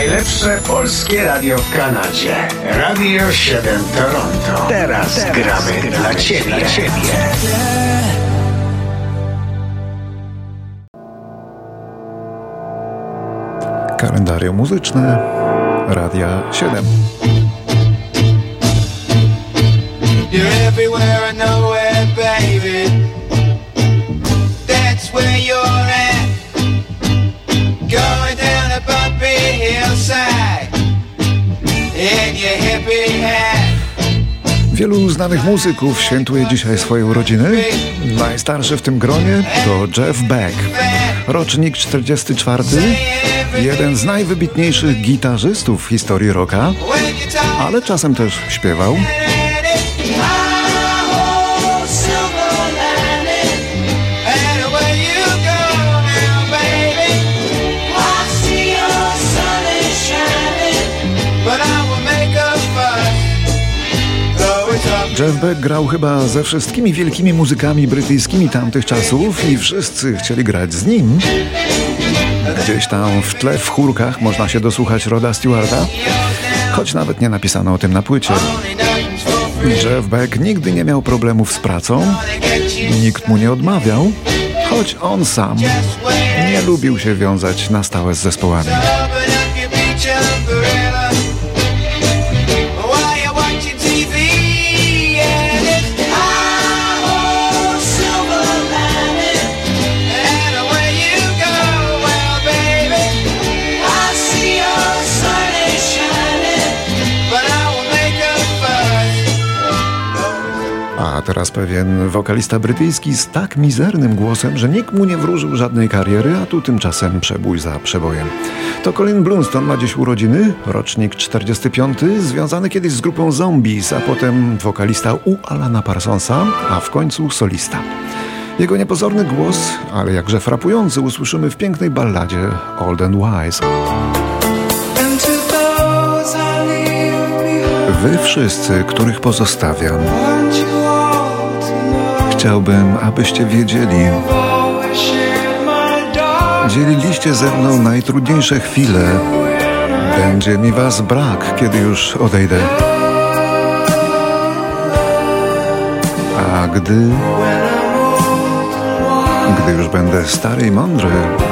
Najlepsze polskie radio w Kanadzie. Radio 7 Toronto. Teraz gramy dla Ciebie. Kalendarium muzyczne Radia 7. You're everywhere and nowhere, baby. That's where you're at. Going down a bumpy hillside in your hippie hat. Wielu znanych muzyków świętuje dzisiaj swoje urodziny. Najstarszy w tym gronie to Jeff Beck, rocznik 44, jeden z najwybitniejszych gitarzystów w historii rocka, ale czasem też śpiewał. Jeff Beck grał chyba ze wszystkimi wielkimi muzykami brytyjskimi tamtych czasów i wszyscy chcieli grać z nim. Gdzieś tam w tle, w chórkach można się dosłuchać Roda Stewarta, choć nawet nie napisano o tym na płycie. Jeff Beck nigdy nie miał problemów z pracą, nikt mu nie odmawiał, choć on sam nie lubił się wiązać na stałe z zespołami. A teraz pewien wokalista brytyjski z tak mizernym głosem, że nikt mu nie wróżył żadnej kariery, a tu tymczasem przebój za przebojem. To Colin Blunstone ma dziś urodziny, rocznik 45, związany kiedyś z grupą Zombies, a potem wokalista u Alana Parsonsa, a w końcu solista. Jego niepozorny głos, ale jakże frapujący, usłyszymy w pięknej balladzie Old and Wise. Wy wszyscy, których pozostawiam, chciałbym, abyście wiedzieli, dzieliliście ze mną najtrudniejsze chwile. Będzie mi was brak, kiedy już odejdę. A gdy już będę stary i mądry,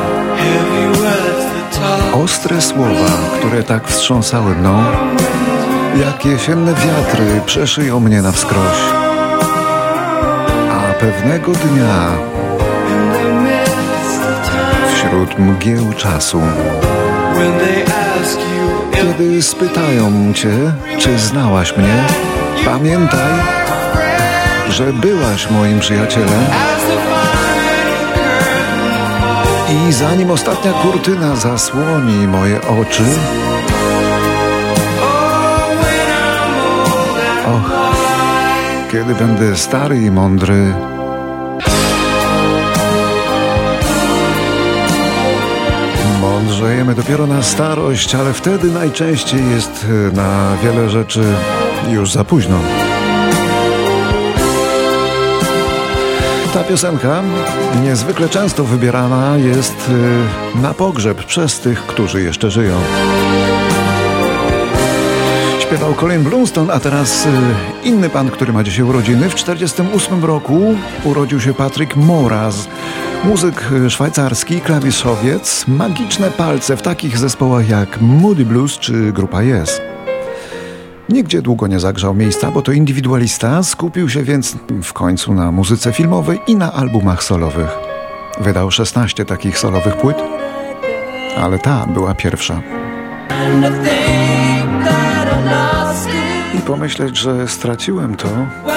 ostre słowa, które tak wstrząsały mną, jak jesienne wiatry przeszyją mnie na wskroś. A pewnego dnia wśród mgieł czasu, kiedy spytają cię, czy znałaś mnie, pamiętaj, że byłaś moim przyjacielem. I zanim ostatnia kurtyna zasłoni moje oczy, kiedy będę stary i mądry, mądrzejemy dopiero na starość, ale wtedy najczęściej jest na wiele rzeczy już za późno. Ta piosenka niezwykle często wybierana jest na pogrzeb przez tych, którzy jeszcze żyją. Śpiewał Colin Blunstone, a teraz inny pan, który ma dzisiaj urodziny. W 1948 roku urodził się Patrick Moraz, muzyk szwajcarski, klawiszowiec, magiczne palce w takich zespołach jak Moody Blues czy grupa Yes. Nigdzie długo nie zagrzał miejsca, bo to indywidualista, skupił się więc w końcu na muzyce filmowej i na albumach solowych. Wydał 16 takich solowych płyt, ale ta była pierwsza. I pomyśleć, że straciłem to,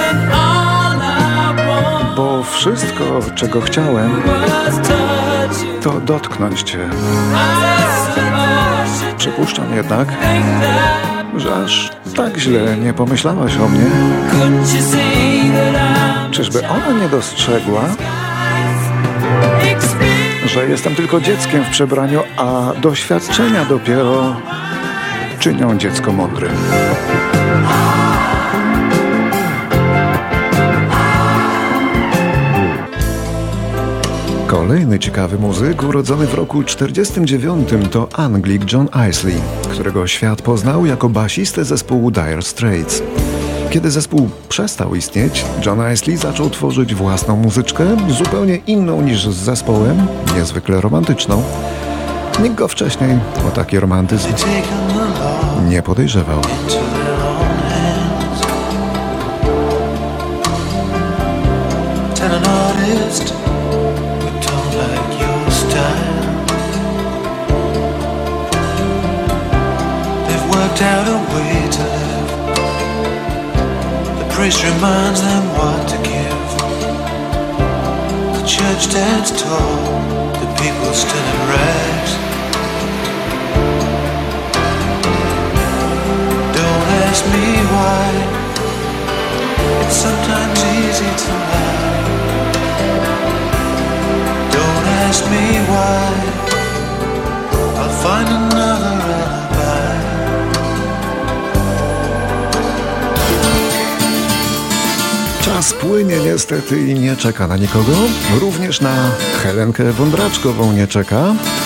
bo wszystko, czego chciałem, to dotknąć Cię. Przypuszczam jednak, że aż tak źle nie pomyślałaś o mnie. Czyżby ona nie dostrzegła, że jestem tylko dzieckiem w przebraniu, a doświadczenia dopiero czynią dziecko mądrym. Kolejny ciekawy muzyk, urodzony w roku 1949, to Anglik John Isley, którego świat poznał jako basistę zespołu Dire Straits. Kiedy zespół przestał istnieć, John Isley zaczął tworzyć własną muzyczkę, zupełnie inną niż z zespołem, niezwykle romantyczną. Nikt go wcześniej o taki romantyzm nie podejrzewał. Priest reminds them what to give. The church stands tall, the people still in rags. Don't ask me why, it's sometimes easy to lie. Don't ask me why, I'll find another alibi. Czas płynie niestety i nie czeka na nikogo. Również na Helenkę Wądraczkową nie czeka.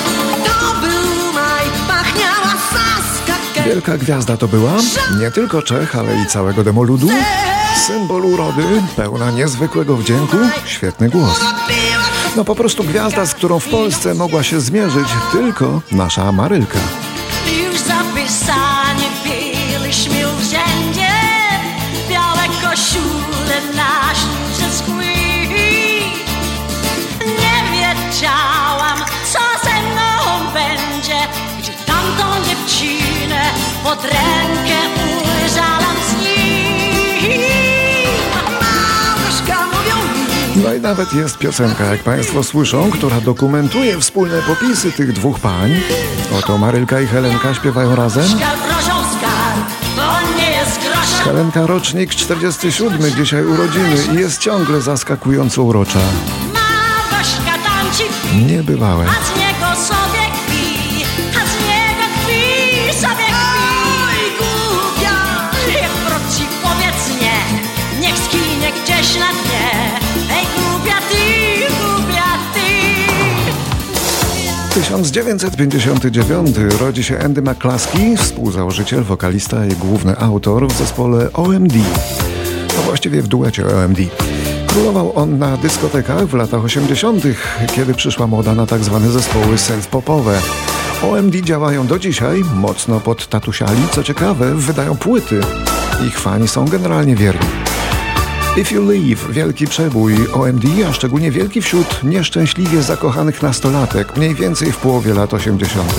Wielka gwiazda to była. Nie tylko Czech, ale i całego demoludu. Symbol urody, pełna niezwykłego wdzięku, świetny głos. No po prostu gwiazda, z którą w Polsce mogła się zmierzyć tylko nasza Marylka. Już zapisani byliśmy wszędzie, białe koszule na śluze skły. Nie wiedziałam, co ze mną będzie, gdzie tamtą dziewczynę pod rękę ujrzałam z nim. Małgorzka mówią mi. No i nawet jest piosenka, jak Państwo słyszą, która dokumentuje wspólne popisy tych dwóch pań. Oto Marylka i Helenka śpiewają razem. Helenka rocznik 47, dzisiaj urodziny i jest ciągle zaskakująco urocza. Niebywałe. A z niego sobie kpi, a z niego kpi, sobie kpi. Oj, głupia, jak wróci, powiedz nie, niech skinie gdzieś na dnie. Ej, głupia ty, głupia ty. 1959 rodzi się Andy McCluskey, współzałożyciel, wokalista i główny autor w zespole OMD. A właściwie w duecie OMD. Królował on na dyskotekach w latach 80., kiedy przyszła moda na tak zwane zespoły self-popowe. OMD działają do dzisiaj, mocno podtatusiali, co ciekawe, wydają płyty. Ich fani są generalnie wierni. If You Leave, wielki przebój OMD, a szczególnie wielki wśród nieszczęśliwie zakochanych nastolatek, mniej więcej w połowie lat 80.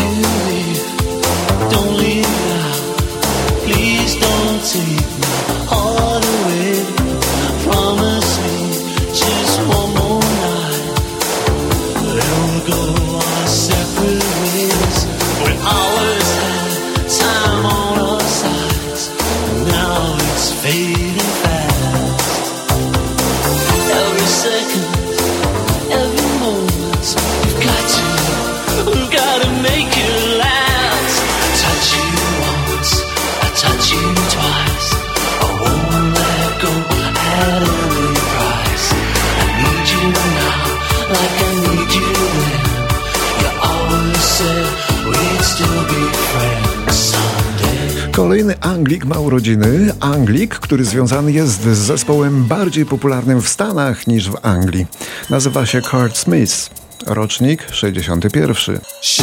Kolejny Anglik ma urodziny. Anglik, który związany jest z zespołem bardziej popularnym w Stanach niż w Anglii. Nazywa się Curt Smith. Rocznik 61.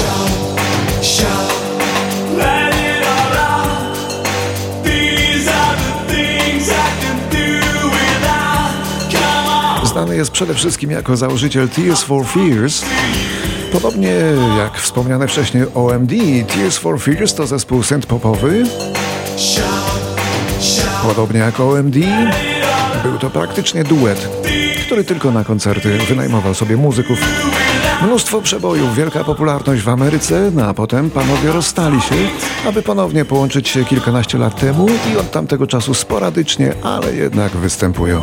Znany jest przede wszystkim jako założyciel Tears for Fears. Podobnie jak wspomniane wcześniej OMD, Tears for Fears to zespół synth-popowy. Podobnie jak OMD, był to praktycznie duet, który tylko na koncerty wynajmował sobie muzyków. Mnóstwo przebojów, wielka popularność w Ameryce, no a potem panowie rozstali się, aby ponownie połączyć się kilkanaście lat temu i od tamtego czasu sporadycznie, ale jednak występują.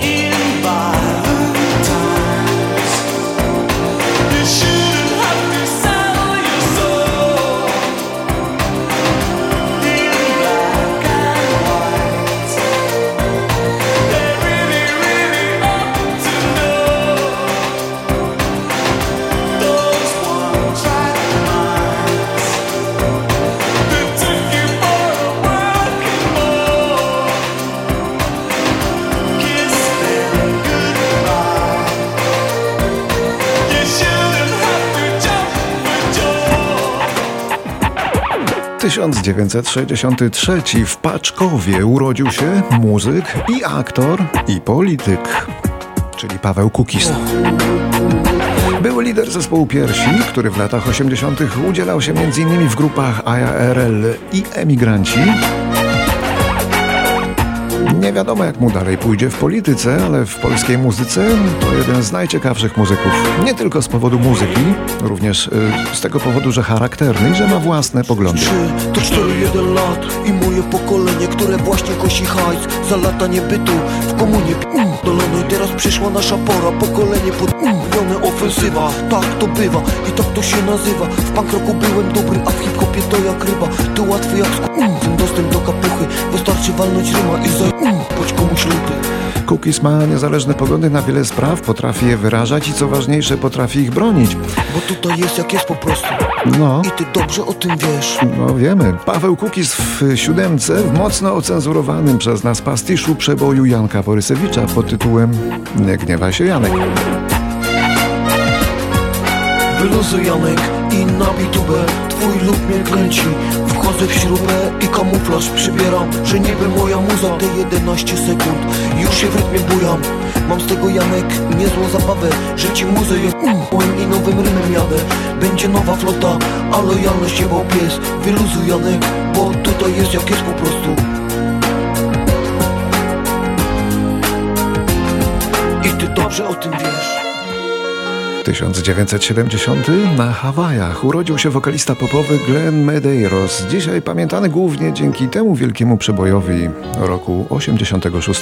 1963 w Paczkowie urodził się muzyk i aktor i polityk, czyli Paweł Kukiz. Był lider zespołu Piersi, który w latach 80. udzielał się m.in. w grupach ARL i Emigranci. Nie wiadomo, jak mu dalej pójdzie w polityce, ale w polskiej muzyce to jeden z najciekawszych muzyków. Nie tylko z powodu muzyki, również z tego powodu, że charakterny i że ma własne poglądy. 3 to 4-1 lat i moje pokolenie, które właśnie kosi hajs za lata niebytu w komunie dolony. Teraz przyszła nasza pora, pokolenie podmione ofensywa. Tak to bywa i tak to się nazywa. W punk rocku byłem dobry, a w hip-hopie to jak ryba. To łatwy jak dostęp do kapuchy. Wystarczy walnąć ryma i choć komuś luty. Kukiz ma niezależne poglądy na wiele spraw, potrafi je wyrażać i co ważniejsze, potrafi ich bronić. Bo tutaj jest jak jest po prostu. No. I ty dobrze o tym wiesz. No wiemy. Paweł Kukiz w 7 w mocno ocenzurowanym przez nas pastiszu przeboju Janka Borysewicza pod tytułem Nie gniewa się Janek. Wyluzuj Janek i nabij tubę. Twój lub mnie kręci. Wchodzę w śrubę i kamuflaż przybieram, że niby moja muza. Te 11 sekund już się w rytmie bujam. Mam z tego Janek niezłą zabawę, że ci muzę i nowym rymem jadę. Będzie nowa flota, a lojalność jebał pies. Wyluzuj Janek, bo tutaj jest jak jest po prostu. I ty dobrze o tym wiesz. 1970 na Hawajach urodził się wokalista popowy Glenn Medeiros, dzisiaj pamiętany głównie dzięki temu wielkiemu przebojowi roku 86.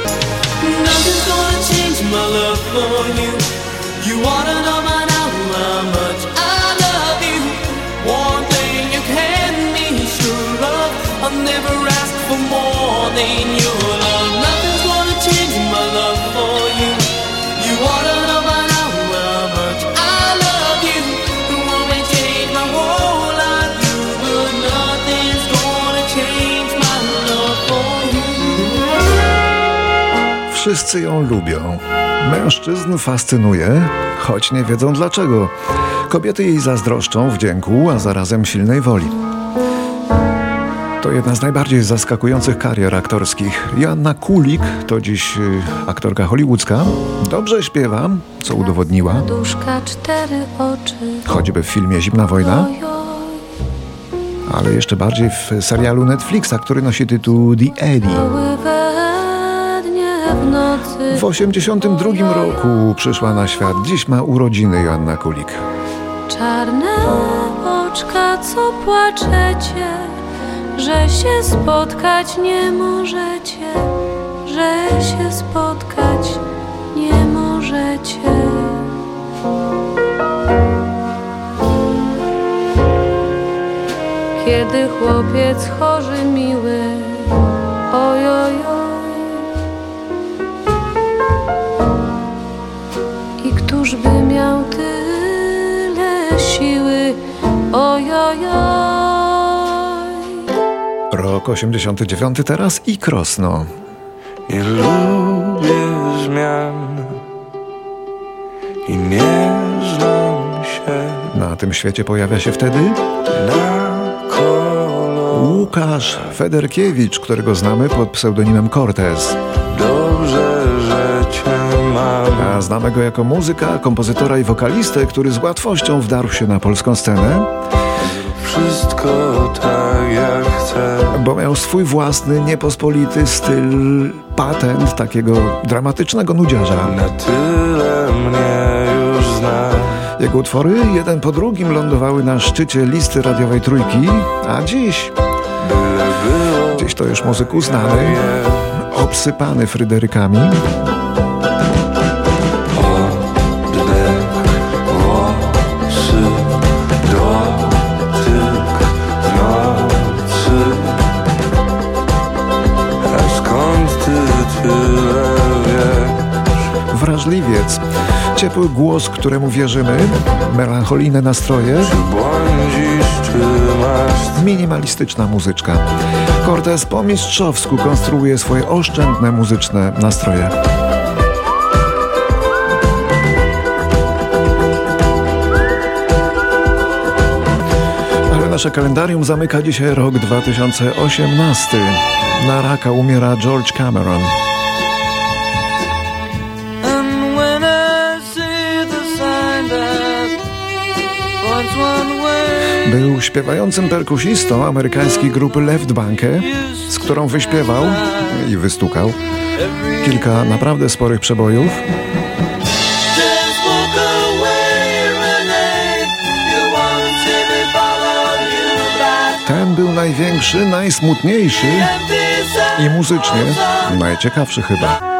Wszyscy ją lubią. Mężczyzn fascynuje, choć nie wiedzą dlaczego. Kobiety jej zazdroszczą wdzięku, a zarazem silnej woli. To jedna z najbardziej zaskakujących karier aktorskich. Joanna Kulik to dziś aktorka hollywoodzka. Dobrze śpiewa, co udowodniła. Choćby w filmie Zimna wojna. Ale jeszcze bardziej w serialu Netflixa, który nosi tytuł The Eddie. W 1982 roku przyszła na świat. Dziś ma urodziny Joanna Kulik. Czarne oczka, co płaczecie, że się spotkać nie możecie, że się spotkać nie możecie. Kiedy chłopiec chory miły, ojojoj, i któż by miał tyle siły, ojojoj. Rok 89 teraz i Krosno. Nie lubię zmian i nie znam się. Na tym świecie pojawia się wtedy Łukasz Federkiewicz, którego znamy pod pseudonimem Cortez. Dobrze, że cię mam. A znamy go jako muzyka, kompozytora i wokalistę, który z łatwością wdarł się na polską scenę. Wszystko tak jak chcę. Bo miał swój własny, niepospolity styl, patent takiego dramatycznego nudziarza. Na tyle mnie już zna. Jego utwory jeden po drugim lądowały na szczycie listy radiowej Trójki, a dziś to już muzyk uznany, obsypany fryderykami. Wrażliwiec, ciepły głos, któremu wierzymy, melancholijne nastroje, minimalistyczna muzyczka. Cortez po mistrzowsku konstruuje swoje oszczędne muzyczne nastroje. Ale nasze kalendarium zamyka dzisiaj rok 2018. Na raka umiera George Cameron. Był śpiewającym perkusistą amerykańskiej grupy Left Banke, z którą wyśpiewał i wystukał kilka naprawdę sporych przebojów. Ten był największy, najsmutniejszy i muzycznie najciekawszy chyba.